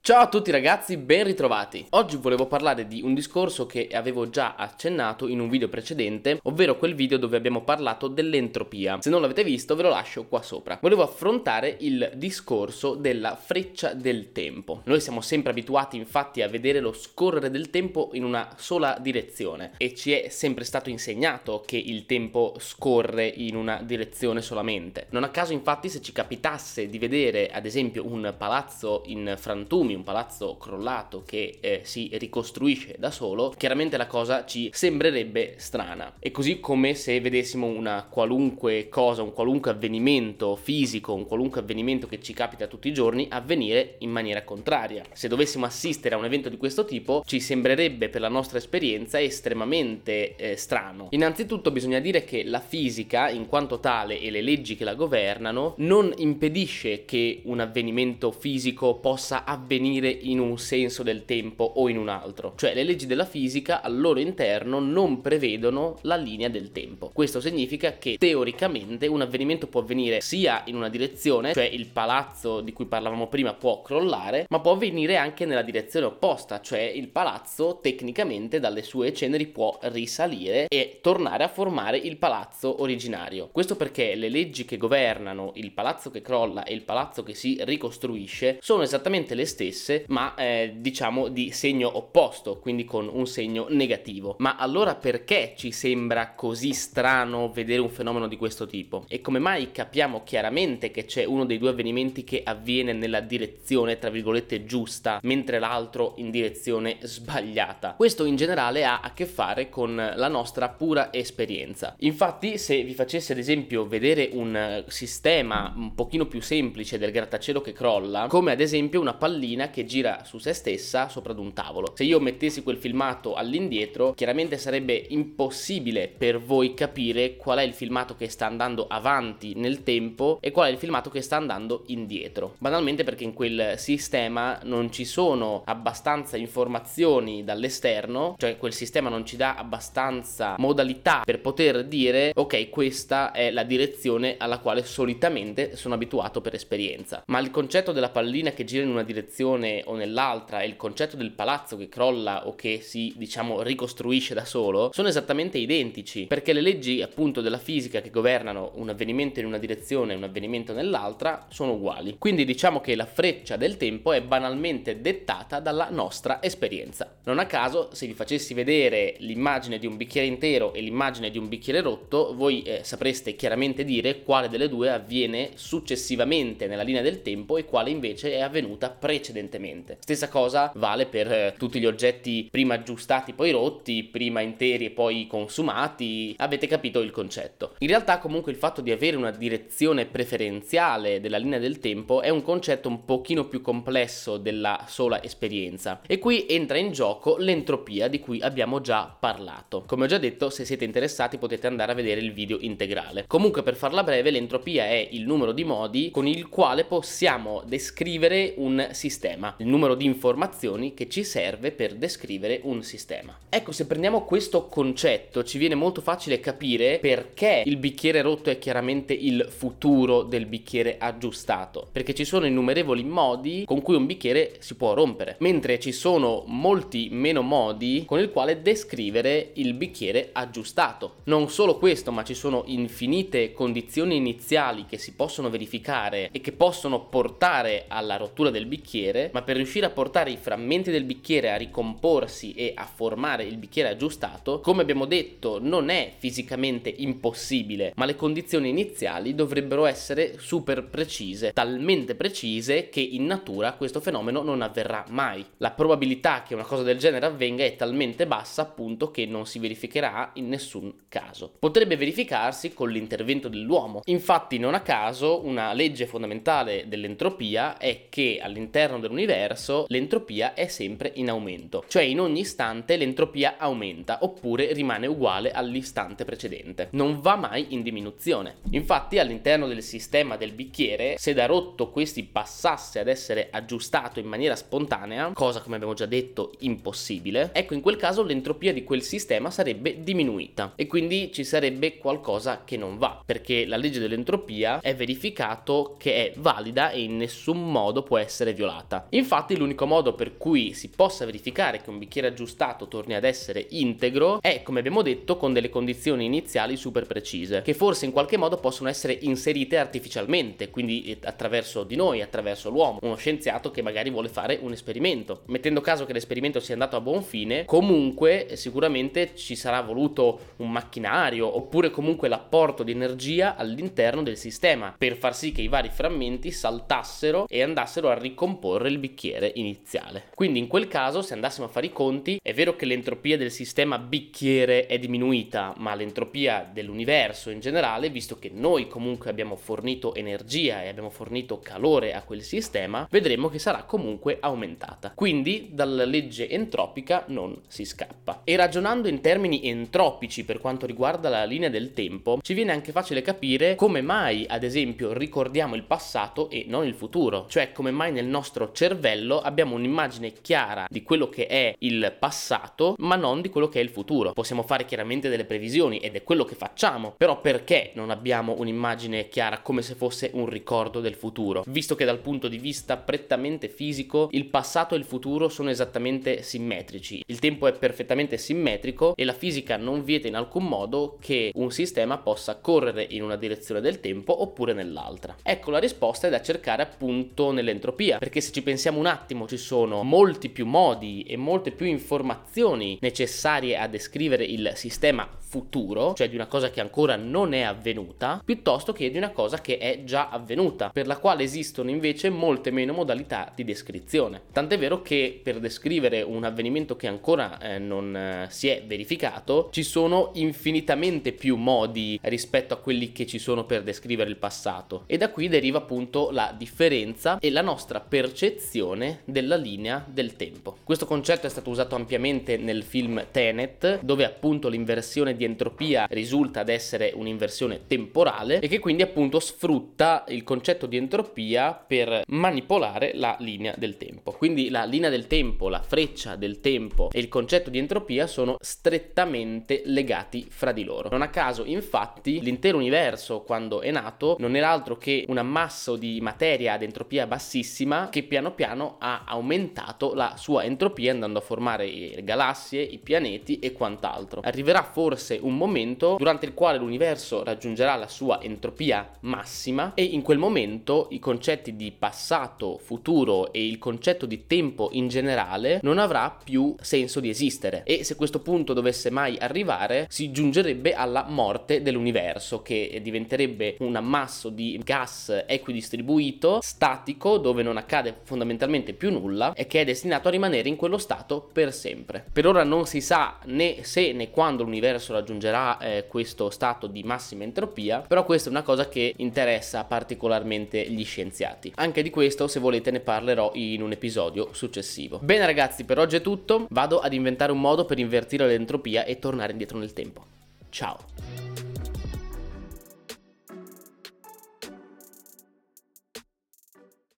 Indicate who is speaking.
Speaker 1: Ciao a tutti ragazzi, ben ritrovati. Oggi volevo parlare di un discorso che avevo già accennato in un video precedente, ovvero quel video dove abbiamo parlato dell'entropia. Se non l'avete visto ve lo lascio qua sopra. Volevo affrontare il discorso della freccia del tempo. Noi siamo sempre abituati infatti a vedere lo scorrere del tempo in una sola direzione e ci è sempre stato insegnato che il tempo scorre in una direzione solamente. Non a caso infatti se ci capitasse di vedere ad esempio un palazzo in frantumi, un palazzo crollato che si ricostruisce da solo, chiaramente la cosa ci sembrerebbe strana. E così come se vedessimo una qualunque cosa, un qualunque avvenimento fisico, un qualunque avvenimento che ci capita tutti i giorni avvenire in maniera contraria. Se dovessimo assistere a un evento di questo tipo ci sembrerebbe per la nostra esperienza estremamente strano. Innanzitutto bisogna dire che la fisica in quanto tale e le leggi che la governano non impedisce che un avvenimento fisico possa avvenire in un senso del tempo o in un altro. Cioè le leggi della fisica al loro interno non prevedono la linea del tempo. Questo significa che teoricamente un avvenimento può avvenire sia in una direzione, cioè il palazzo di cui parlavamo prima può crollare, ma può avvenire anche nella direzione opposta, cioè il palazzo tecnicamente dalle sue ceneri può risalire e tornare a formare il palazzo originario. Questo perché le leggi che governano il palazzo che crolla e il palazzo che si ricostruisce sono esattamente le stesse, ma diciamo di segno opposto, quindi con un segno negativo. Ma allora perché ci sembra così strano vedere un fenomeno di questo tipo? E come mai capiamo chiaramente che c'è uno dei due avvenimenti che avviene nella direzione tra virgolette giusta, mentre l'altro in direzione sbagliata? Questo in generale ha a che fare con la nostra pura esperienza. Infatti se vi facessi ad esempio vedere un sistema un pochino più semplice del grattacielo che crolla, come ad esempio una pallina che gira su se stessa sopra ad un tavolo, se io mettessi quel filmato all'indietro chiaramente sarebbe impossibile per voi capire qual è il filmato che sta andando avanti nel tempo e qual è il filmato che sta andando indietro, banalmente perché in quel sistema non ci sono abbastanza informazioni dall'esterno, cioè quel sistema non ci dà abbastanza modalità per poter dire ok, questa è la direzione alla quale solitamente sono abituato per esperienza. Ma il concetto della pallina che gira in una direzione o nell'altra e il concetto del palazzo che crolla o che si diciamo ricostruisce da solo sono esattamente identici, perché le leggi appunto della fisica che governano un avvenimento in una direzione e un avvenimento nell'altra sono uguali. Quindi diciamo che la freccia del tempo è banalmente dettata dalla nostra esperienza. Non a caso se vi facessi vedere l'immagine di un bicchiere intero e l'immagine di un bicchiere rotto, voi sapreste chiaramente dire quale delle due avviene successivamente nella linea del tempo e quale invece è avvenuta precedentemente. Stessa cosa vale per tutti gli oggetti prima aggiustati poi rotti, prima interi e poi consumati. Avete capito il concetto. In realtà comunque il fatto di avere una direzione preferenziale della linea del tempo è un concetto un pochino più complesso della sola esperienza e qui entra in gioco l'entropia di cui abbiamo già parlato. Come ho già detto, se siete interessati potete andare a vedere il video integrale. Comunque per farla breve, l'entropia è il numero di modi con il quale possiamo descrivere un sistema, il numero di informazioni che ci serve per descrivere un sistema. Ecco, se prendiamo questo concetto ci viene molto facile capire perché il bicchiere rotto è chiaramente il futuro del bicchiere aggiustato, perché ci sono innumerevoli modi con cui un bicchiere si può rompere, mentre ci sono molti meno modi con il quale descrivere il bicchiere aggiustato. Non solo questo, ma ci sono infinite condizioni iniziali che si possono verificare e che possono portare alla rottura del bicchiere, ma per riuscire a portare i frammenti del bicchiere a ricomporsi e a formare il bicchiere aggiustato, come abbiamo detto, non è fisicamente impossibile, ma le condizioni iniziali dovrebbero essere super precise, talmente precise che in natura questo fenomeno non avverrà mai. La probabilità che una cosa del genere avvenga è talmente bassa appunto che non si verificherà in nessun caso. Potrebbe verificarsi con l'intervento dell'uomo. Infatti non a caso una legge fondamentale dell'entropia è che all'interno dell'universo l'entropia è sempre in aumento, cioè in ogni istante l'entropia aumenta oppure rimane uguale all'istante precedente, non va mai in diminuzione. Infatti all'interno del sistema del bicchiere, se da rotto questi passasse ad essere aggiustato in maniera spontanea, cosa come abbiamo già detto impossibile, ecco, in quel caso l'entropia di quel sistema sarebbe diminuita e quindi ci sarebbe qualcosa che non va, perché la legge dell'entropia è verificato che è valida e in nessun modo può essere violata. Infatti l'unico modo per cui si possa verificare che un bicchiere aggiustato torni ad essere integro è, come abbiamo detto, con delle condizioni iniziali super precise, che forse in qualche modo possono essere inserite artificialmente, quindi attraverso di noi, attraverso l'uomo, uno scienziato che magari vuole fare un esperimento. Mettendo caso che l'esperimento sia andato a buon fine, comunque sicuramente ci sarà voluto un macchinario oppure comunque l'apporto di energia all'interno del sistema per far sì che i vari frammenti saltassero e andassero a ricomporre il bicchiere iniziale. Quindi in quel caso, se andassimo a fare i conti, è vero che l'entropia del sistema bicchiere è diminuita, ma l'entropia dell'universo in generale, visto che noi comunque abbiamo fornito energia e abbiamo fornito calore a quel sistema, vedremo che sarà comunque aumentata. Quindi dalla legge entropica non si scappa. E ragionando in termini entropici per quanto riguarda la linea del tempo, ci viene anche facile capire come mai, ad esempio, ricordiamo il passato e non il futuro, cioè come mai nel nostro cervello abbiamo un'immagine chiara di quello che è il passato ma non di quello che è il futuro. Possiamo fare chiaramente delle previsioni ed è quello che facciamo, però perché non abbiamo un'immagine chiara come se fosse un ricordo del futuro, visto che dal punto di vista prettamente fisico il passato e il futuro sono esattamente simmetrici, il tempo è perfettamente simmetrico e la fisica non vieta in alcun modo che un sistema possa correre in una direzione del tempo oppure nell'altra. Ecco, la risposta è da cercare appunto nell'entropia, perché se ci pensiamo un attimo ci sono molti più modi e molte più informazioni necessarie a descrivere il sistema futuro, cioè di una cosa che ancora non è avvenuta, piuttosto che di una cosa che è già avvenuta, per la quale esistono invece molte meno modalità di descrizione. Tant'è vero che per descrivere un avvenimento che ancora non si è verificato, ci sono infinitamente più modi rispetto a quelli che ci sono per descrivere il passato, e da qui deriva appunto la differenza e la nostra percezione della linea del tempo. Questo concetto è stato usato ampiamente nel film Tenet, dove appunto l'inversione di entropia risulta ad essere un'inversione temporale e che quindi appunto sfrutta il concetto di entropia per manipolare la linea del tempo. Quindi la linea del tempo, la freccia del tempo e il concetto di entropia sono strettamente legati fra di loro. Non a caso, infatti, l'intero universo quando è nato non era altro che un ammasso di materia ad entropia bassissima che piano piano ha aumentato la sua entropia andando a formare le galassie, i pianeti e quant'altro. Arriverà forse un momento durante il quale l'universo raggiungerà la sua entropia massima e in quel momento i concetti di passato, futuro e il concetto di tempo in generale non avrà più senso di esistere, e se questo punto dovesse mai arrivare si giungerebbe alla morte dell'universo, che diventerebbe un ammasso di gas equidistribuito, statico, dove non accade fondamentalmente più nulla e che è destinato a rimanere in quello stato per sempre. Per ora non si sa né se né quando l'universo raggiungerà questo stato di massima entropia, però questa è una cosa che interessa particolarmente gli scienziati. Anche di questo, se volete, ne parlerò in un episodio successivo. Bene ragazzi, per oggi è tutto, vado ad inventare un modo per invertire l'entropia e tornare indietro nel tempo. Ciao!